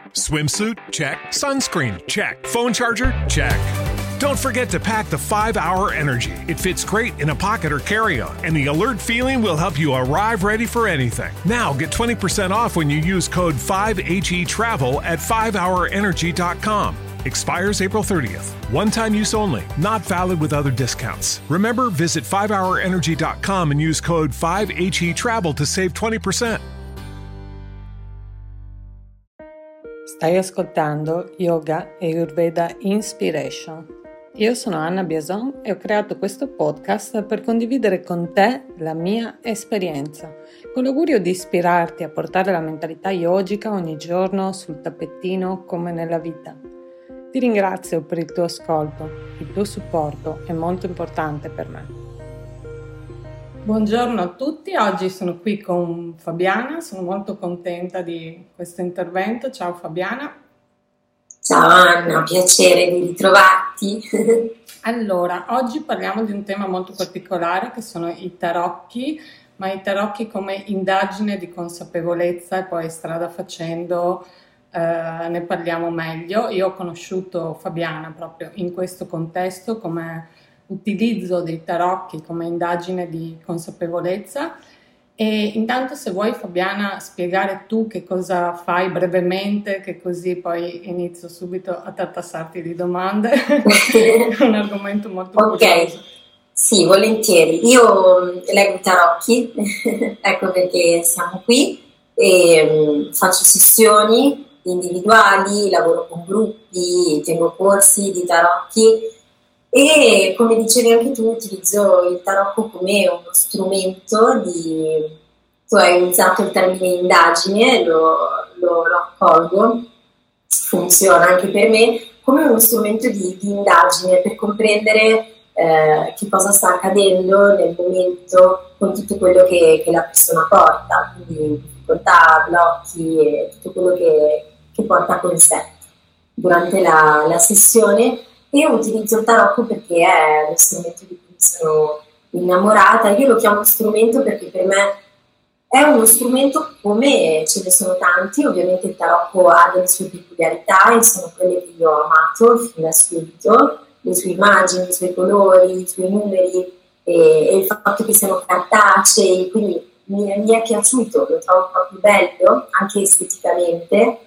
Swimsuit? Check. Sunscreen? Check. Phone charger? Check. Don't forget to pack the 5-Hour Energy. It fits great in a pocket or carry-on, and the alert feeling will help you arrive ready for anything. Now get 20% off when you use code 5HETRAVEL at 5hourenergy.com. Expires April 30th. One-time use only. Not valid with other discounts. Remember, visit 5hourenergy.com and use code 5HETRAVEL to save 20%. Stai ascoltando Yoga e Ayurveda Inspiration. Io sono Anna Biason e ho creato questo podcast per condividere con te la mia esperienza, con l'augurio di ispirarti a portare la mentalità yogica ogni giorno sul tappettino come nella vita. Ti ringrazio per il tuo ascolto, il tuo supporto è molto importante per me. Buongiorno a tutti, oggi sono qui con Fabiana, sono molto contenta di questo intervento. Ciao Fabiana. Ciao Anna, piacere di ritrovarti. Allora, oggi parliamo di un tema molto particolare che sono i tarocchi, ma i tarocchi come indagine di consapevolezza e poi strada facendo ne parliamo meglio. Io ho conosciuto Fabiana proprio in questo contesto come utilizzo dei tarocchi come indagine di consapevolezza. E intanto, se vuoi Fabiana spiegare tu che cosa fai brevemente, che così poi inizio subito a tartassarti di domande. È un argomento molto curioso. Sì, volentieri. Io leggo tarocchi, ecco perché siamo qui, e faccio sessioni individuali, lavoro con gruppi, tengo corsi di tarocchi e, come dicevi anche tu, utilizzo il tarocco come uno strumento di... Tu hai usato il termine indagine, lo accolgo, funziona anche per me, come uno strumento di indagine per comprendere che cosa sta accadendo nel momento con tutto quello che la persona porta, quindi difficoltà, blocchi e tutto quello che porta con sé durante la sessione. Io utilizzo il tarocco perché è lo strumento di cui mi sono innamorata. Io lo chiamo strumento perché per me è uno strumento come ce ne sono tanti. Ovviamente il tarocco ha delle sue peculiarità e sono quelle che io ho amato fin da subito, le sue immagini, i suoi colori, i suoi numeri e il fatto che siano cartacei, quindi mi è piaciuto, lo trovo proprio bello anche esteticamente.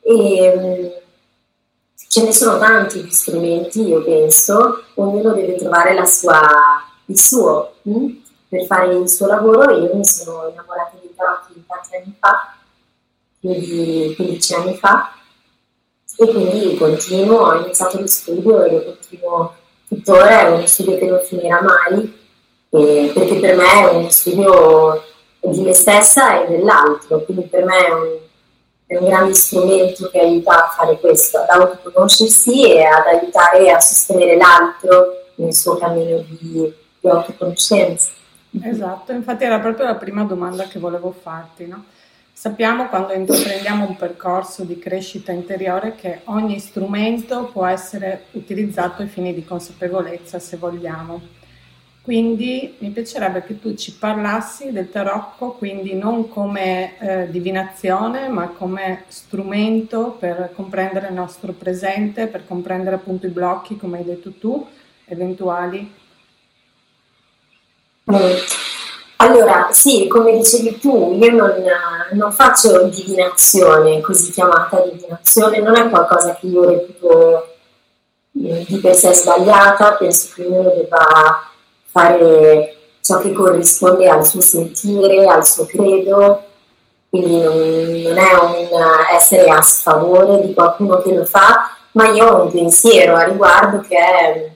E ce ne sono tanti di strumenti, io penso, ognuno deve trovare il suo per fare il suo lavoro. E io mi sono innamorata dei tarocchi tanti anni fa, più di 15 anni fa, e quindi ho iniziato lo studio e lo continuo tuttora. È uno studio che non finirà mai, perché per me è uno studio di me stessa e dell'altro, quindi per me è un grande strumento che aiuta a fare questo, ad autoconoscersi e ad aiutare a sostenere l'altro nel suo cammino di autoconoscenza. Esatto, infatti era proprio la prima domanda che volevo farti, no? Sappiamo, quando intraprendiamo un percorso di crescita interiore, che ogni strumento può essere utilizzato ai fini di consapevolezza, se vogliamo. Quindi mi piacerebbe che tu ci parlassi del tarocco, quindi non come divinazione, ma come strumento per comprendere il nostro presente, per comprendere appunto i blocchi, come hai detto tu, eventuali. Allora, sì, come dicevi tu, io non faccio divinazione, così chiamata divinazione, non è qualcosa che io reputo di per sé sbagliata. Penso che ognuno debba fare ciò che corrisponde al suo sentire, al suo credo, quindi non è un essere a sfavore di qualcuno che lo fa, ma io ho un pensiero a riguardo che è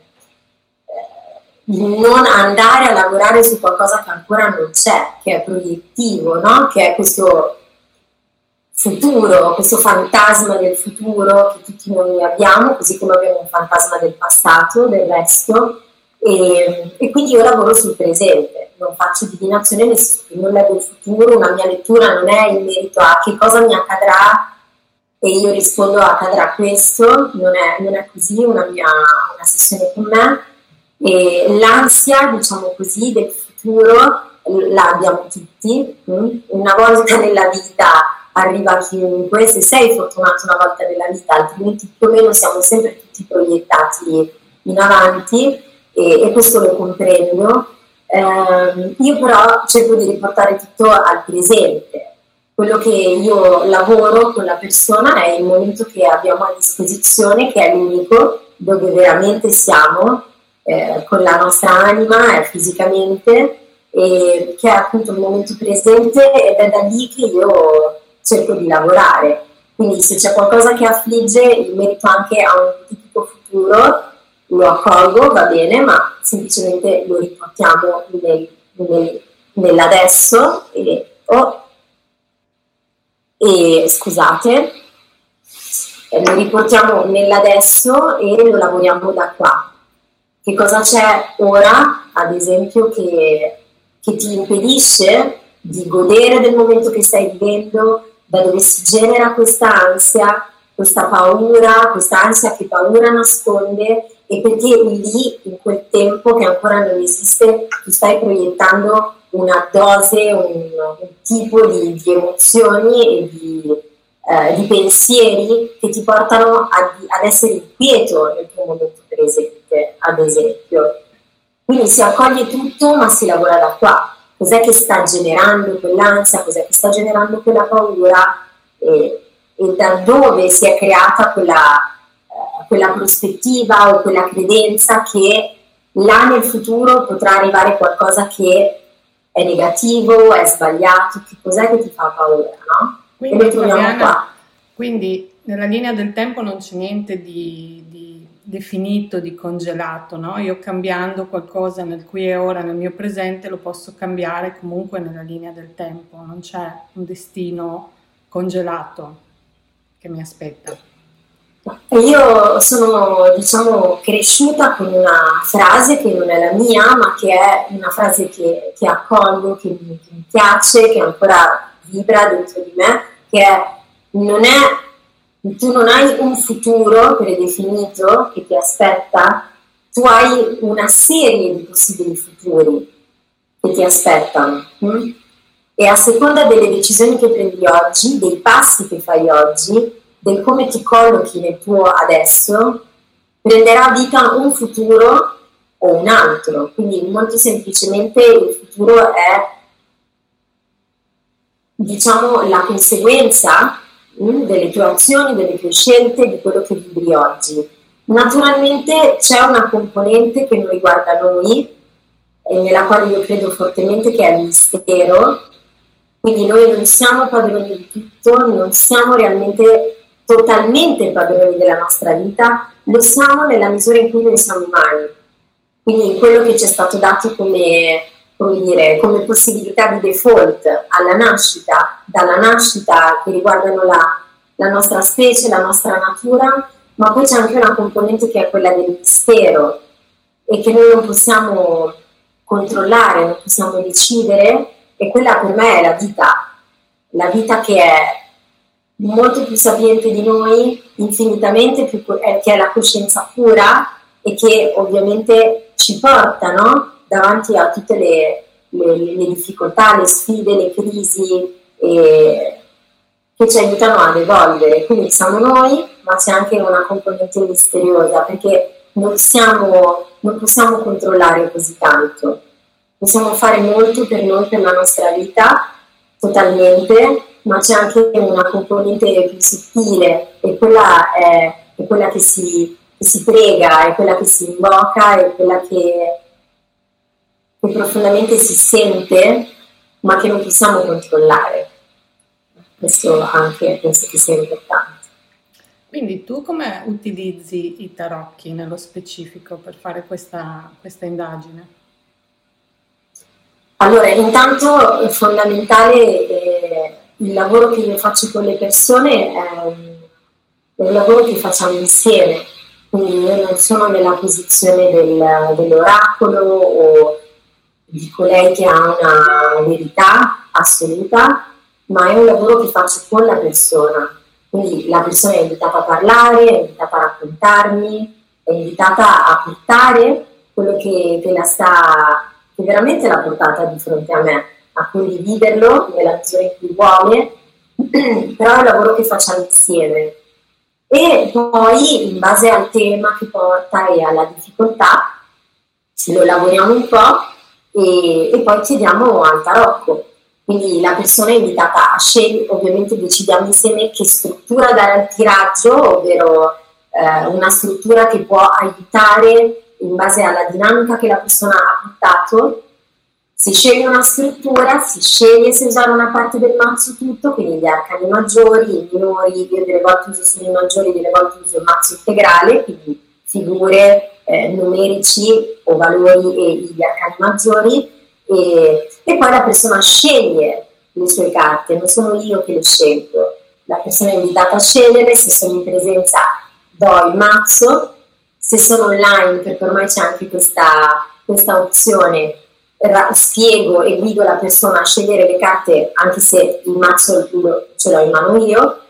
non andare a lavorare su qualcosa che ancora non c'è, che è proiettivo, no? Che è questo futuro, questo fantasma del futuro che tutti noi abbiamo, così come abbiamo un fantasma del passato, del resto, e quindi io lavoro sul presente, non faccio divinazione, nel senso che non leggo il futuro. Una mia lettura non è in merito a che cosa mi accadrà e io rispondo accadrà questo, non è così una sessione con me. E l'ansia, diciamo così, del futuro la abbiamo tutti. Una volta nella vita arriva a chiunque, se sei fortunato una volta nella vita, altrimenti più o meno siamo sempre tutti proiettati in avanti, e questo lo comprendo. Io però cerco di riportare tutto al presente. Quello che io lavoro con la persona è il momento che abbiamo a disposizione, che è l'unico, dove veramente siamo con la nostra anima fisicamente, e che è appunto il momento presente, ed è da lì che io cerco di lavorare. Quindi se c'è qualcosa che affligge in merito anche a un tipico futuro, lo accolgo, va bene, ma semplicemente lo riportiamo nell'adesso scusate, lo riportiamo nell'adesso e lo lavoriamo da qua. Che cosa c'è ora, ad esempio, che ti impedisce di godere del momento che stai vivendo, da dove si genera questa ansia, questa paura, questa ansia che paura nasconde, e perché lì, in quel tempo che ancora non esiste, tu stai proiettando una dose, un tipo di emozioni e di pensieri che ti portano ad essere inquieto nel tuo momento presente, ad esempio. Quindi si accoglie tutto, ma si lavora da qua. Cos'è che sta generando quell'ansia, cos'è che sta generando quella paura, e da dove si è creata quella prospettiva o quella credenza che là nel futuro potrà arrivare qualcosa che è negativo, è sbagliato, che cos'è che ti fa paura, no? Quindi, e lo troviamo qua. Quindi nella linea del tempo non c'è niente di definito, di congelato, no? Io cambiando qualcosa nel qui e ora, nel mio presente, lo posso cambiare comunque nella linea del tempo, non c'è un destino congelato che mi aspetta. Io sono, diciamo, cresciuta con una frase che non è la mia, ma che è una frase che accolgo, che mi piace, che ancora vibra dentro di me, che è: tu non hai un futuro predefinito che ti aspetta, tu hai una serie di possibili futuri che ti aspettano. E a seconda delle decisioni che prendi oggi, dei passi che fai oggi, del come ti collochi nel tuo adesso, prenderà vita un futuro o un altro. Quindi molto semplicemente il futuro è, diciamo, la conseguenza delle tue azioni, delle tue scelte, di quello che vivi oggi. Naturalmente c'è una componente che non riguarda noi e nella quale io credo fortemente, che è il mistero. Quindi noi non siamo padroni di tutto, non siamo realmente totalmente padroni della nostra vita, lo siamo nella misura in cui noi siamo umani. Quindi in quello che ci è stato dato come possibilità di default alla nascita, dalla nascita, che riguardano la nostra specie, la nostra natura, ma poi c'è anche una componente che è quella del mistero, e che noi non possiamo controllare, non possiamo decidere, e quella per me è la vita che è molto più sapiente di noi, infinitamente più, che è la coscienza pura, e che ovviamente ci porta, no? Davanti a tutte le difficoltà, le sfide, le crisi, che ci aiutano ad evolvere. Quindi siamo noi, ma c'è anche una componente misteriosa, perché non possiamo controllare così tanto. Possiamo fare molto per noi, per la nostra vita, totalmente, ma c'è anche una componente più sottile, e quella è quella che si prega, è quella che si invoca, è quella che profondamente si sente, ma che non possiamo controllare. Questo anche penso che sia importante. Quindi tu come utilizzi i tarocchi nello specifico per fare questa indagine? Allora, intanto è fondamentale il lavoro che io faccio con le persone, è un lavoro che facciamo insieme. Quindi io non sono nella posizione dell'oracolo o di colei che ha una verità assoluta, ma è un lavoro che faccio con la persona. Quindi la persona è invitata a parlare, è invitata a raccontarmi, è invitata a portare quello che veramente l'ha portata di fronte a me, a condividerlo nella misura in cui vuole, però è un lavoro che facciamo insieme. E poi, in base al tema che porta e alla difficoltà, lo lavoriamo un po' e poi chiediamo al tarocco. Quindi la persona è invitata a scegliere, ovviamente decidiamo insieme che struttura dare al tiraggio, ovvero una struttura che può aiutare in base alla dinamica che la persona ha portato. Si sceglie una struttura, si sceglie se usare una parte del mazzo tutto, quindi gli arcani maggiori, i minori, io delle volte uso solo i maggiori, delle volte uso il mazzo integrale, quindi figure, numerici o valori e gli arcani maggiori, e poi la persona sceglie le sue carte, non sono io che le scelgo, la persona è invitata a scegliere, se sono in presenza do il mazzo, se sono online, perché ormai c'è anche questa opzione, spiego e guido la persona a scegliere le carte anche se il mazzo ce l'ho in mano io,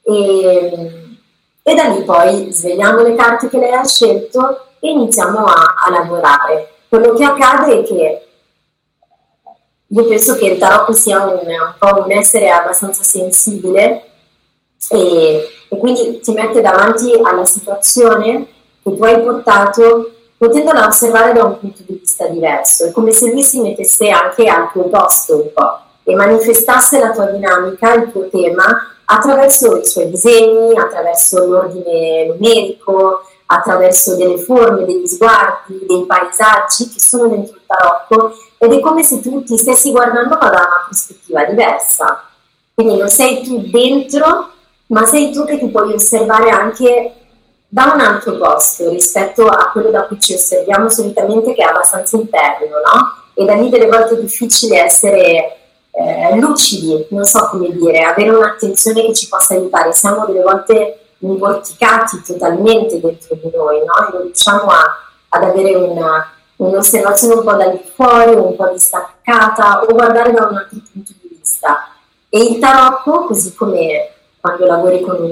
e da lì poi svegliamo le carte che lei ha scelto e iniziamo a lavorare. Quello che accade è che io penso che il tarocco sia un po' un essere abbastanza sensibile e quindi ti mette davanti alla situazione che tu hai portato, potendola osservare da un punto di vista diverso. È come se lui si mettesse anche al tuo posto un po' e manifestasse la tua dinamica, il tuo tema, attraverso i suoi disegni, attraverso l'ordine numerico, attraverso delle forme, degli sguardi, dei paesaggi che sono dentro il tarocco, ed è come se tu ti stessi guardando ma da una prospettiva diversa. Quindi non sei tu dentro, ma sei tu che ti puoi osservare anche da un altro posto rispetto a quello da cui ci osserviamo solitamente, che è abbastanza interno, no? E da lì delle volte è difficile essere lucidi, non so come dire, avere un'attenzione che ci possa aiutare. Siamo delle volte invorticati totalmente dentro di noi, no? E non riusciamo ad avere un'osservazione un po' da lì fuori, un po' distaccata, o guardare da un altro punto di vista. E il tarocco, così come quando lavori con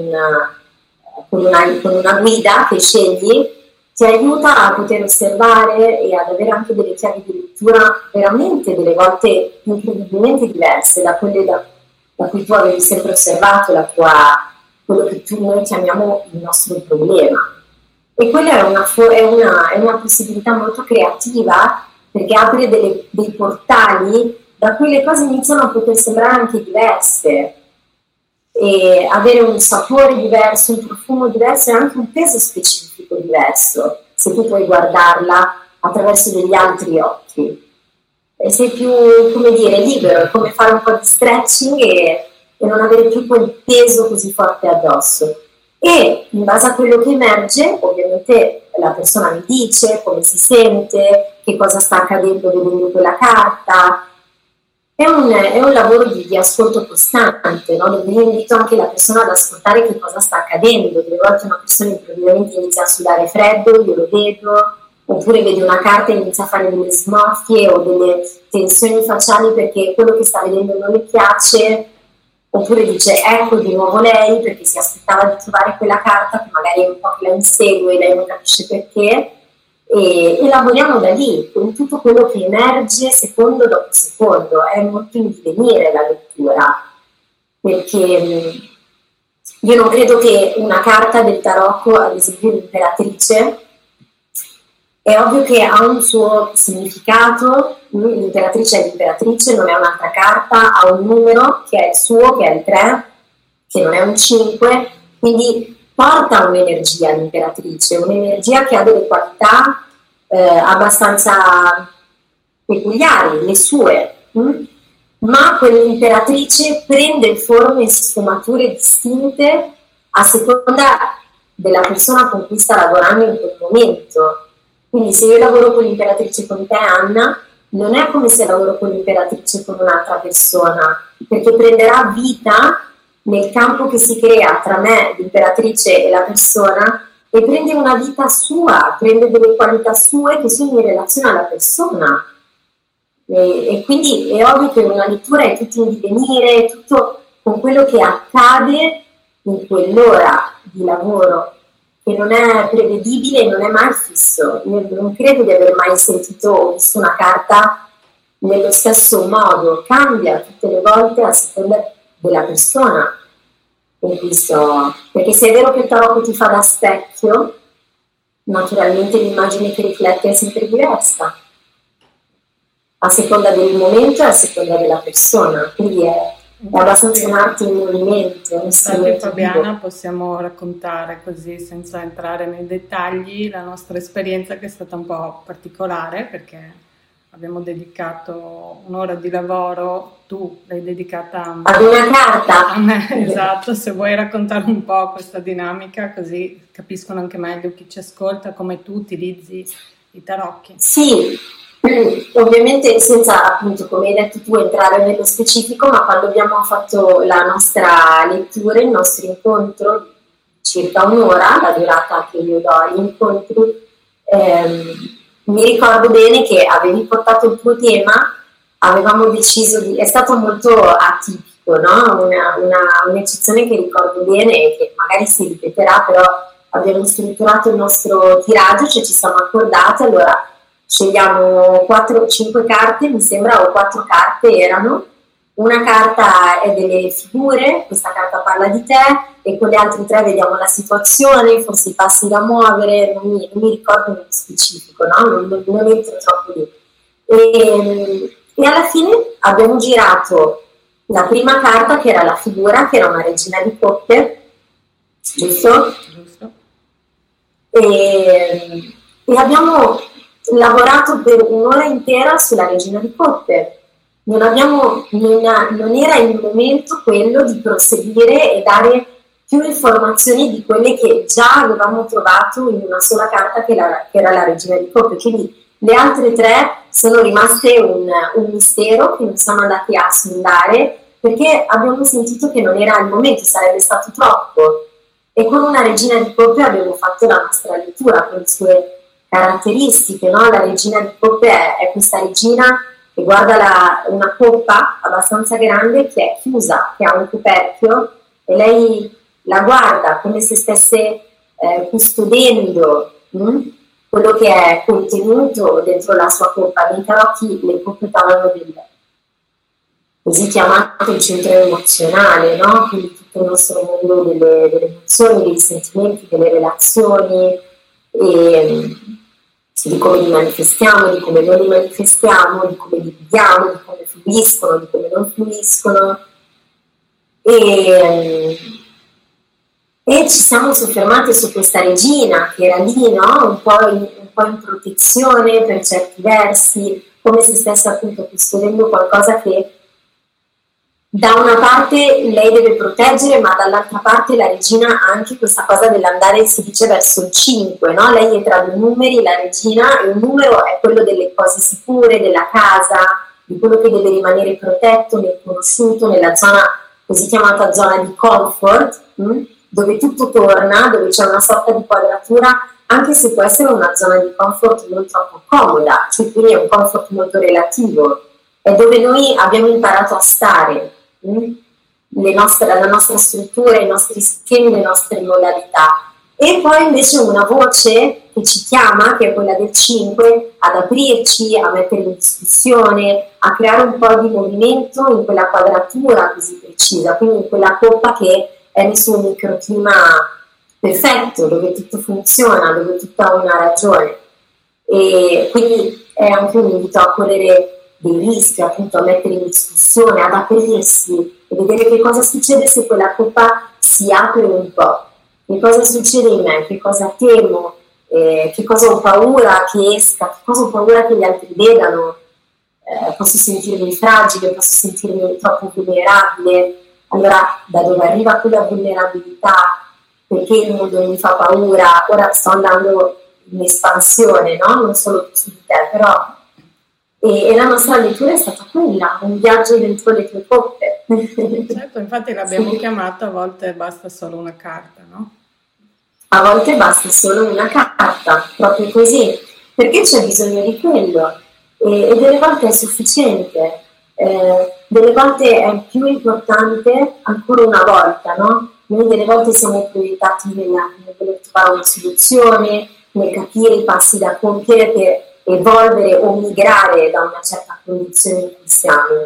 una guida che scegli, ti aiuta a poter osservare e ad avere anche delle chiavi di lettura veramente delle volte incredibilmente diverse da quelle da cui tu avevi sempre osservato quello che noi chiamiamo il nostro problema. E quella è una possibilità molto creativa, perché apre dei portali da cui le cose iniziano a poter sembrare anche diverse e avere un sapore diverso, un profumo diverso e anche un peso specifico diverso, se tu puoi guardarla attraverso degli altri occhi. E sei più, come dire, libero, è come fare un po' di stretching e non avere più quel peso così forte addosso. E in base a quello che emerge, ovviamente la persona mi dice come si sente, che cosa sta accadendo vedendo quella carta. È un lavoro di ascolto costante, no? Dove io invito anche la persona ad ascoltare che cosa sta accadendo. Delle volte una persona improvvisamente inizia a sudare freddo, io lo vedo, oppure vede una carta e inizia a fare delle smorfie o delle tensioni facciali perché quello che sta vedendo non le piace, oppure dice ecco di nuovo lei, perché si aspettava di trovare quella carta che magari è un po' che la insegue e lei non capisce perché. E lavoriamo da lì, con tutto quello che emerge secondo dopo secondo. È molto in divenire la lettura, perché io non credo che una carta del tarocco, ad esempio l'imperatrice, è ovvio che ha un suo significato. L'imperatrice è l'imperatrice, non è un'altra carta, ha un numero che è il suo, che è il 3, che non è un 5, quindi porta un'energia l'imperatrice, un'energia che ha delle qualità abbastanza peculiari, le sue, ma quell'imperatrice prende forme e sfumature distinte a seconda della persona con cui sta lavorando in quel momento. Quindi se io lavoro con l'imperatrice con te, Anna, non è come se lavoro con l'imperatrice con un'altra persona, perché prenderà vita nel campo che si crea tra me, l'imperatrice e la persona, e prende una vita sua, prende delle qualità sue che sono in relazione alla persona. E quindi è ovvio che una lettura è tutto in divenire, è tutto con quello che accade in quell'ora di lavoro, che non è prevedibile, non è mai fisso. Io non credo di aver mai sentito o visto una carta nello stesso modo, cambia tutte le volte a seconda della persona con cui sto, perché se è vero che il tarocco ti fa da specchio, naturalmente l'immagine che riflette è sempre diversa, a seconda del momento e a seconda della persona, quindi è abbastanza un arte in movimento. Infatti, Fabiana, possiamo raccontare così, senza entrare nei dettagli, la nostra esperienza, che è stata un po' particolare, perché abbiamo dedicato un'ora di lavoro, tu l'hai dedicata ad una carta. A me, esatto. Se vuoi raccontare un po' questa dinamica, così capiscono anche meglio chi ci ascolta come tu utilizzi i tarocchi. Sì, ovviamente senza, appunto, come hai detto tu, entrare nello specifico, ma quando abbiamo fatto la nostra lettura, il nostro incontro, circa un'ora, la durata che io do agli incontri, mi ricordo bene che avevi portato il tuo tema, avevamo deciso è stato molto atipico, no? Un'eccezione che ricordo bene e che magari si ripeterà, però abbiamo strutturato il nostro tiraggio, cioè ci siamo accordati, allora scegliamo 4-5 carte, mi sembra, o 4 carte erano. Una carta è delle figure, questa carta parla di te, e con le altre 3 vediamo la situazione, forse i passi da muovere, non mi ricordo nello specifico, no? Non entro troppo lì. E alla fine abbiamo girato la prima carta, che era la figura, che era una regina di coppe, giusto? E abbiamo lavorato per un'ora intera sulla regina di coppe. Non era il momento quello di proseguire e dare più informazioni di quelle che già avevamo trovato in una sola carta, che era la regina di coppe. Quindi le altre 3 sono rimaste un mistero che non siamo andati a sondare, perché abbiamo sentito che non era il momento, sarebbe stato troppo. E con una regina di coppe abbiamo fatto la nostra lettura con le sue caratteristiche, no? La regina di coppe è questa regina che guarda una coppa abbastanza grande che è chiusa, che ha un coperchio, e lei la guarda come se stesse custodendo quello che è contenuto dentro la sua coppa. Nei tarocchi le coppe parlano del così chiamato il centro emozionale, no? Quindi tutto il nostro mondo delle emozioni, dei sentimenti, delle relazioni, e di come li manifestiamo, di come non li manifestiamo, di come li viviamo, di come fluiscono, di come non fluiscono. E ci siamo soffermati su questa regina che era lì, no? un po' in protezione per certi versi, come se stesse appunto custodendo qualcosa che da una parte lei deve proteggere, ma dall'altra parte la regina ha anche questa cosa dell'andare, si dice, verso il 5, no? Lei è tra 2 numeri, la regina, e un numero è quello delle cose sicure, della casa, di quello che deve rimanere protetto, nel conosciuto, nella zona così chiamata zona di comfort, dove tutto torna, dove c'è una sorta di quadratura, anche se può essere una zona di comfort non troppo comoda, cioè quindi è un comfort molto relativo, è dove noi abbiamo imparato a stare, la nostra struttura, i nostri schemi, le nostre modalità. E poi invece una voce che ci chiama, che è quella del 5, ad aprirci, a mettere in discussione, a creare un po' di movimento in quella quadratura così precisa, quindi in quella coppa che è messo un microclima perfetto, dove tutto funziona, dove tutto ha una ragione. E quindi è anche un invito a correre dei rischi, appunto, a mettere in discussione, ad aprirsi e vedere che cosa succede se quella coppa si apre un po', che cosa succede in me, che cosa temo, che cosa ho paura che esca, che cosa ho paura che gli altri vedano, posso sentirmi fragile, posso sentirmi troppo vulnerabile. Allora, da dove arriva quella vulnerabilità? Perché il mondo mi fa paura? Ora sto andando in espansione, no? Non solo su di te, però. E la nostra lettura è stata quella, un viaggio dentro le tue coppe. Certo, infatti l'abbiamo chiamato "A volte basta solo una carta", no? A volte basta solo una carta, proprio così, perché c'è bisogno di quello, e delle volte è sufficiente, delle volte è più importante ancora una volta, no? Noi delle volte siamo proiettati nel voler trovare una soluzione, nel capire i passi da compiere per evolvere o migrare da una certa condizione in cui siamo.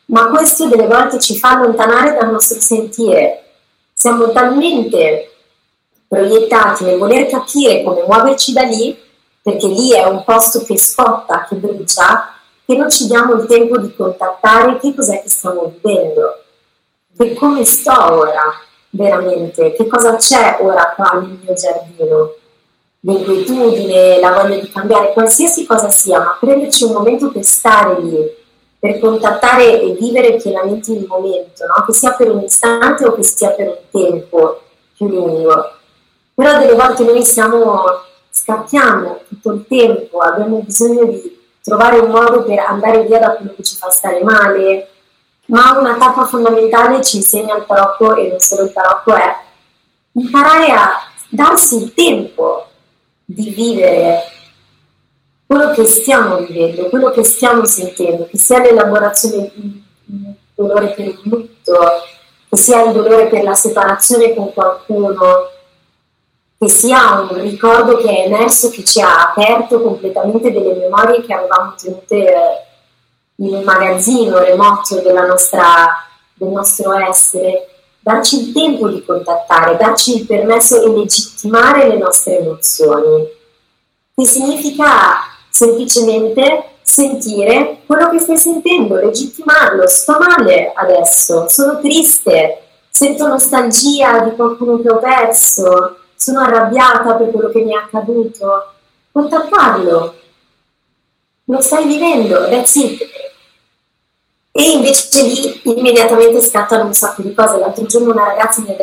ma questo delle volte ci fa allontanare dal nostro sentire. Siamo talmente proiettati nel voler capire come muoverci da lì, perché lì è un posto che scotta, che brucia, che non ci diamo il tempo di contattare che cos'è che stiamo vivendo, che come sto ora, veramente, che cosa c'è ora qua nel mio giardino, l'inquietudine, la voglia di cambiare, qualsiasi cosa sia, ma prenderci un momento per stare lì, per contattare e vivere pienamente il momento, no? Che sia per un istante o che sia per un tempo più lungo. Però delle volte noi scappiamo tutto il tempo, abbiamo bisogno di trovare un modo per andare via da quello che ci fa stare male, ma una tappa fondamentale ci insegna il tarocco, e non solo il tarocco, è imparare a darsi il tempo di vivere quello che stiamo vivendo, quello che stiamo sentendo, che sia l'elaborazione di dolore per il lutto, che sia il dolore per la separazione con qualcuno, che sia un ricordo che è emerso, che ci ha aperto completamente delle memorie che avevamo tenute in un magazzino remoto del nostro essere, darci il tempo di contattare, darci il permesso e legittimare le nostre emozioni, che significa semplicemente sentire quello che stai sentendo, legittimarlo. Sto male adesso, sono triste, sento nostalgia di qualcuno che ho perso, sono arrabbiata per quello che mi è accaduto. Contattarlo, lo stai vivendo, that's it. E invece lì immediatamente scattano un sacco di cose. L'altro giorno una ragazza mi ha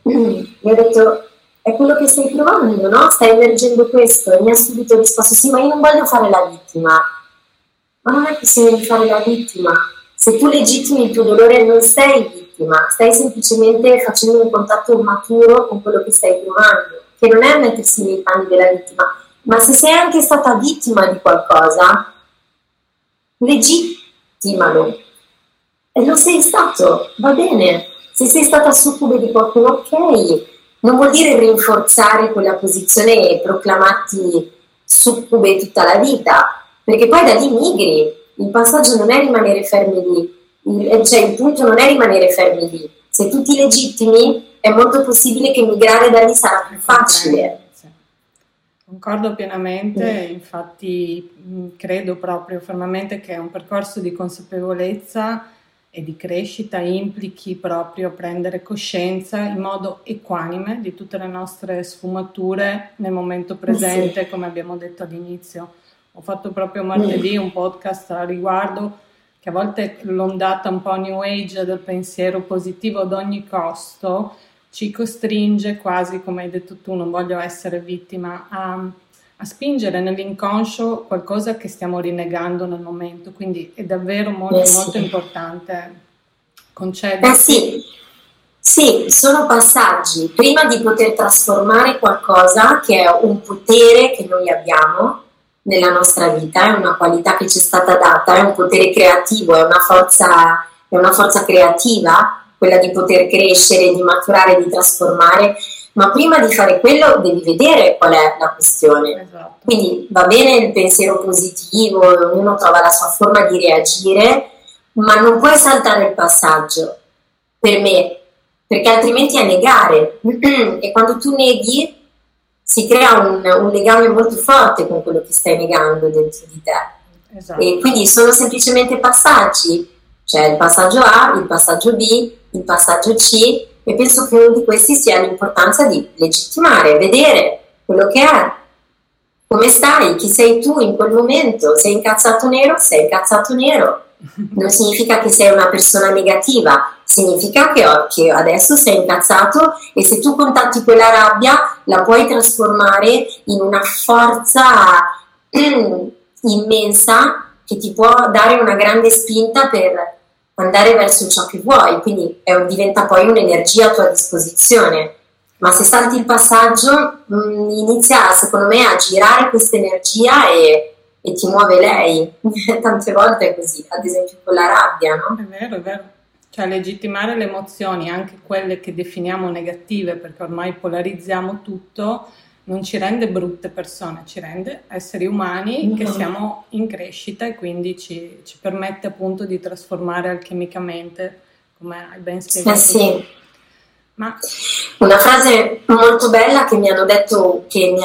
detto è quello che stai provando, no? Stai emergendo questo. E mi ha subito risposto sì, ma io non voglio fare la vittima. Ma non è questione di fare la vittima. Se tu legittimi il tuo dolore non sei vittima, stai semplicemente facendo un contatto maturo con quello che stai provando, che non è mettersi nei panni della vittima. Ma se sei anche stata vittima di qualcosa, legittimalo. E lo sei stato, va bene. Se sei stata succube di qualcuno, ok. Non vuol dire rinforzare quella posizione e proclamarti succube tutta la vita, perché poi da lì migri. Il passaggio non è rimanere fermi lì, cioè il punto non è rimanere fermi lì. Se tu ti legittimi è molto possibile che migrare da lì sarà più facile. Concordo pienamente, infatti credo proprio fermamente che un percorso di consapevolezza e di crescita implichi proprio prendere coscienza in modo equanime di tutte le nostre sfumature nel momento presente, come abbiamo detto all'inizio. Ho fatto proprio martedì un podcast a riguardo, che a volte l'ondata un po' new age del pensiero positivo ad ogni costo ci costringe quasi, come hai detto tu, non voglio essere vittima, a spingere nell'inconscio qualcosa che stiamo rinnegando nel momento, quindi è davvero molto importante concedere. Sì, sono passaggi. Prima di poter trasformare qualcosa che è un potere che noi abbiamo nella nostra vita, è una qualità che ci è stata data, è un potere creativo, è una forza creativa, quella di poter crescere, di maturare, di trasformare. Ma prima di fare quello devi vedere qual è la questione. Esatto. Quindi va bene il pensiero positivo, ognuno trova la sua forma di reagire, ma non puoi saltare il passaggio, per me, perché altrimenti è negare. E quando tu neghi si crea un legame molto forte con quello che stai negando dentro di te. Esatto. E quindi sono semplicemente passaggi, cioè il passaggio A, il passaggio B, il passaggio C, e penso che uno di questi sia l'importanza di legittimare, vedere quello che è, come stai, chi sei tu in quel momento. Sei incazzato nero, sei incazzato nero. Non significa che sei una persona negativa, significa che adesso sei incazzato, e se tu contatti quella rabbia la puoi trasformare in una forza immensa che ti può dare una grande spinta per andare verso ciò che vuoi, quindi diventa poi un'energia a tua disposizione. Ma se salti il passaggio inizia secondo me a girare questa energia e ti muove lei. Tante volte è così, ad esempio con la rabbia, no? È vero. Cioè legittimare le emozioni, anche quelle che definiamo negative, perché ormai polarizziamo tutto, non ci rende brutte persone, ci rende esseri umani che siamo in crescita e quindi ci permette appunto di trasformare alchimicamente, come hai ben spiegato. Sì. Ma una frase molto bella che mi hanno detto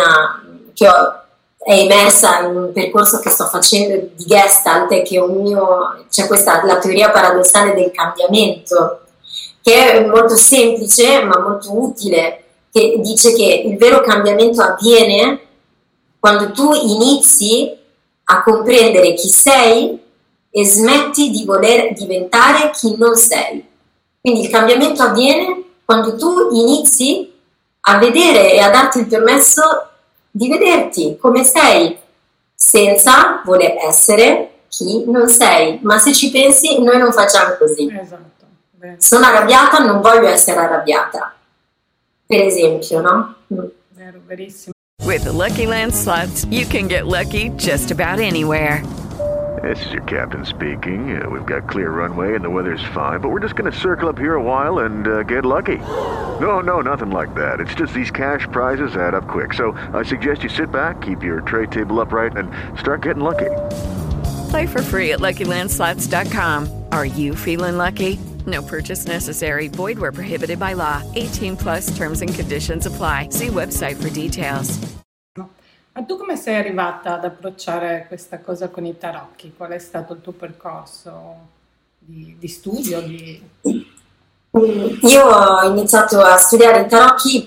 è emersa in un percorso che sto facendo di Gestalt, è che c'è la teoria paradossale del cambiamento, che è molto semplice ma molto utile, che dice che il vero cambiamento avviene quando tu inizi a comprendere chi sei e smetti di voler diventare chi non sei. Quindi il cambiamento avviene quando tu inizi a vedere e a darti il permesso di vederti come sei, senza voler essere chi non sei. Ma se ci pensi, noi non facciamo così. esatto, vero, Sono arrabbiata, non voglio essere arrabbiata, per esempio, no? vero, verissimo. With the Lucky Land Slots, you can get lucky just about anywhere. This is your captain speaking. We've got clear runway and the weather's fine, but we're just going to circle up here a while and get lucky. No, nothing like that. It's just these cash prizes add up quick. So I suggest you sit back, keep your tray table upright, and start getting lucky. Play for free at LuckyLandSlots.com. Are you feeling lucky? No purchase necessary. Void where prohibited by law. 18 plus terms and conditions apply. See website for details. Ma tu come sei arrivata ad approcciare questa cosa con i tarocchi? Qual è stato il tuo percorso di studio? Io ho iniziato a studiare i tarocchi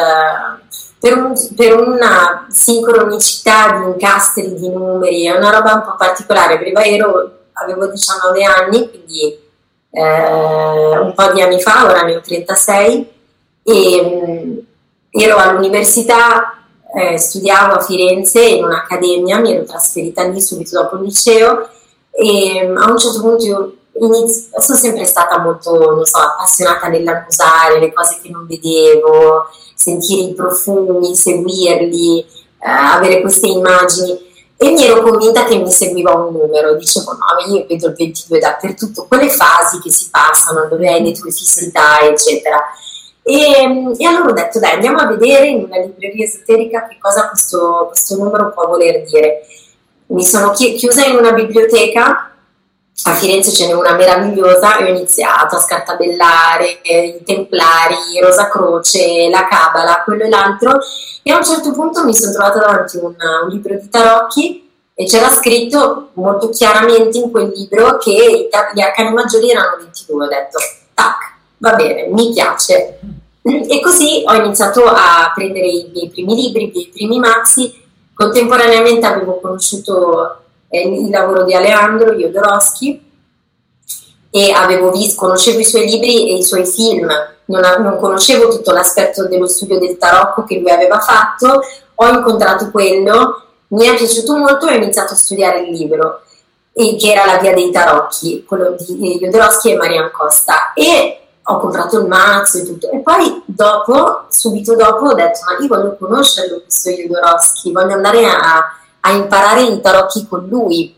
per una sincronicità di incastri di numeri, è una roba un po' particolare. Prima avevo 19 anni, quindi un po' di anni fa, ora ne ho 36, e ero all'università. Studiavo a Firenze in un'accademia, mi ero trasferita lì subito dopo il liceo e a un certo punto io sono sempre stata molto, non so, appassionata nell'annusare le cose che non vedevo, sentire i profumi, seguirli, avere queste immagini, e mi ero convinta che mi seguiva un numero. Dicevo no, io vedo il 22 dappertutto, quelle fasi che si passano dove hai le tue fissità eccetera. E allora ho detto dai, andiamo a vedere in una libreria esoterica che cosa questo numero può voler dire. Mi sono chiusa in una biblioteca, a Firenze ce n'è una meravigliosa, e ho iniziato a scartabellare i templari, Rosa Croce, la Cabala, quello e l'altro, e a un certo punto mi sono trovata davanti un libro di tarocchi e c'era scritto molto chiaramente in quel libro che gli arcani maggiori erano 22. Ho detto tac, va bene, mi piace. E così ho iniziato a prendere i miei primi libri, i miei primi mazzi. Contemporaneamente avevo conosciuto il lavoro di Aleandro Jodorowsky e conoscevo i suoi libri e i suoi film. Non conoscevo tutto l'aspetto dello studio del tarocco che lui aveva fatto. Ho incontrato quello, mi è piaciuto molto e ho iniziato a studiare il libro, che era La via dei tarocchi, quello di Jodorowsky e Marianne Costa, e ho comprato il mazzo e tutto. E poi subito dopo ho detto ma io voglio conoscerlo questo Jodorowsky, voglio andare a imparare i tarocchi con lui,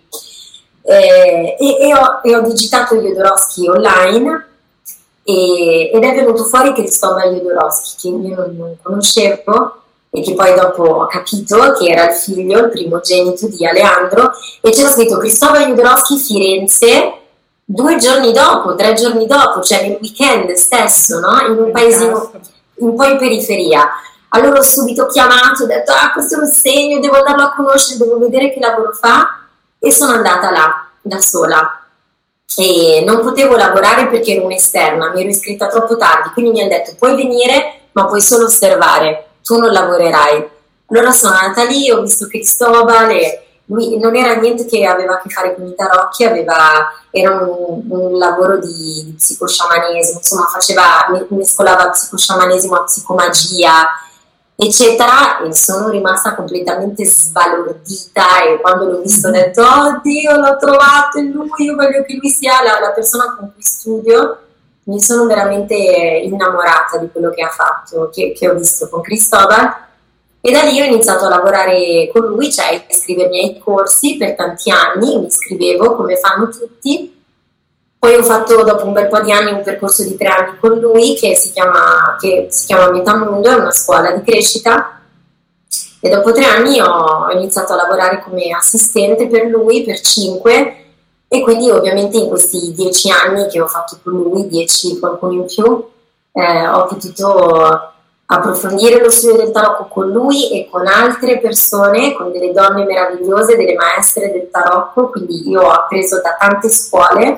e ho digitato Jodorowsky online ed è venuto fuori Cristobal Jodorowsky, che io non conoscevo e che poi dopo ho capito che era il figlio, il primogenito di Aleandro, e c'era scritto Cristobal Jodorowsky Firenze 2 giorni dopo, 3 giorni dopo, cioè nel weekend stesso, no? In un paesino un po' in periferia. Allora ho subito chiamato, ho detto questo è un segno, devo andarlo a conoscere, devo vedere che lavoro fa, e sono andata là da sola e non potevo lavorare perché ero un'esterna, mi ero iscritta troppo tardi, quindi mi hanno detto puoi venire ma puoi solo osservare, tu non lavorerai. Allora sono andata lì, ho visto Cristobal e lui non era niente che aveva a che fare con i tarocchi, era un lavoro di psicosciamanesimo, insomma mescolava psicosciamanesimo a psicomagia eccetera, e sono rimasta completamente sbalordita, e quando l'ho visto ho detto oddio, l'ho trovato, è lui, io voglio che lui sia la persona con cui studio. Mi sono veramente innamorata di quello che ha fatto, che ho visto con Cristobal, e da lì ho iniziato a lavorare con lui, cioè a iscrivermi ai corsi per tanti anni, mi iscrivevo come fanno tutti. Poi ho fatto dopo un bel po' di anni un percorso di 3 anni con lui che si chiama Metamundo, è una scuola di crescita, E dopo 3 anni ho iniziato a lavorare come assistente per lui per 5, e quindi ovviamente in questi 10 anni che ho fatto con lui, 10 qualcuno in più, ho potuto approfondire lo studio del tarocco con lui e con altre persone, con delle donne meravigliose, delle maestre del tarocco, quindi io ho appreso da tante scuole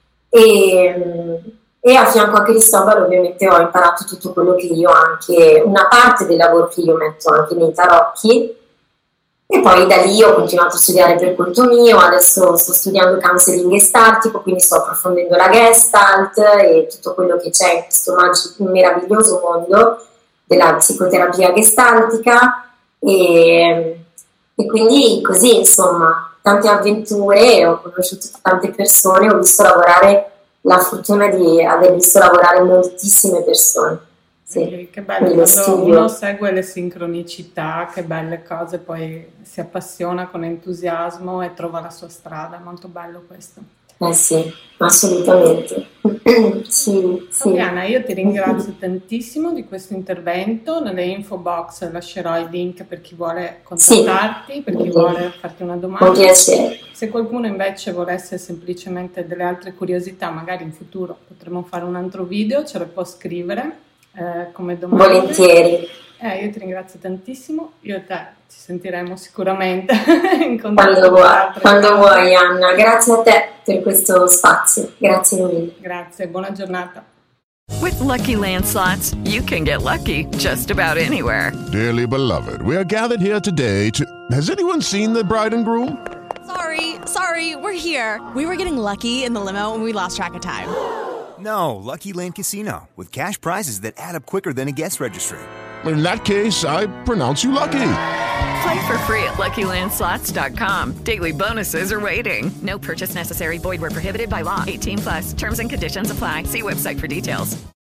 e a fianco a Cristobal ovviamente ho imparato tutto quello che io anche, una parte del lavoro che io metto anche nei tarocchi, e poi da lì ho continuato a studiare per conto mio. Adesso sto studiando counseling gestaltico, quindi sto approfondendo la gestalt e tutto quello che c'è in questo meraviglioso mondo della psicoterapia gestaltica, e quindi così, insomma, tante avventure, ho conosciuto tante persone, ho visto lavorare, la fortuna di aver visto lavorare moltissime persone. Sì, che bello quando uno segue le sincronicità, che belle cose, poi si appassiona con entusiasmo e trova la sua strada, molto bello questo. Sì, assolutamente. Sì. Fabiana, io ti ringrazio tantissimo di questo intervento. Nelle info box lascerò i link per chi vuole contattarti, per chi vuole farti una domanda. Con piacere. Se qualcuno invece volesse semplicemente delle altre curiosità, magari in futuro potremo fare un altro video, ce le può scrivere come domande. Volentieri. Io ti ringrazio tantissimo, io e te ci sentiremo sicuramente quando vuoi Anna, grazie a te per questo spazio, grazie mille. Grazie, buona giornata. With Lucky Land Slots, you can get lucky just about anywhere. Dearly beloved, we are gathered here today to... Has anyone seen the bride and groom? Sorry, we're here. We were getting lucky in the limo and we lost track of time. No, Lucky Land Casino, with cash prizes that add up quicker than a guest registry. In that case, I pronounce you lucky. Play for free at LuckyLandSlots.com. Daily bonuses are waiting. No purchase necessary. Void where prohibited by law. 18+. Terms and conditions apply. See website for details.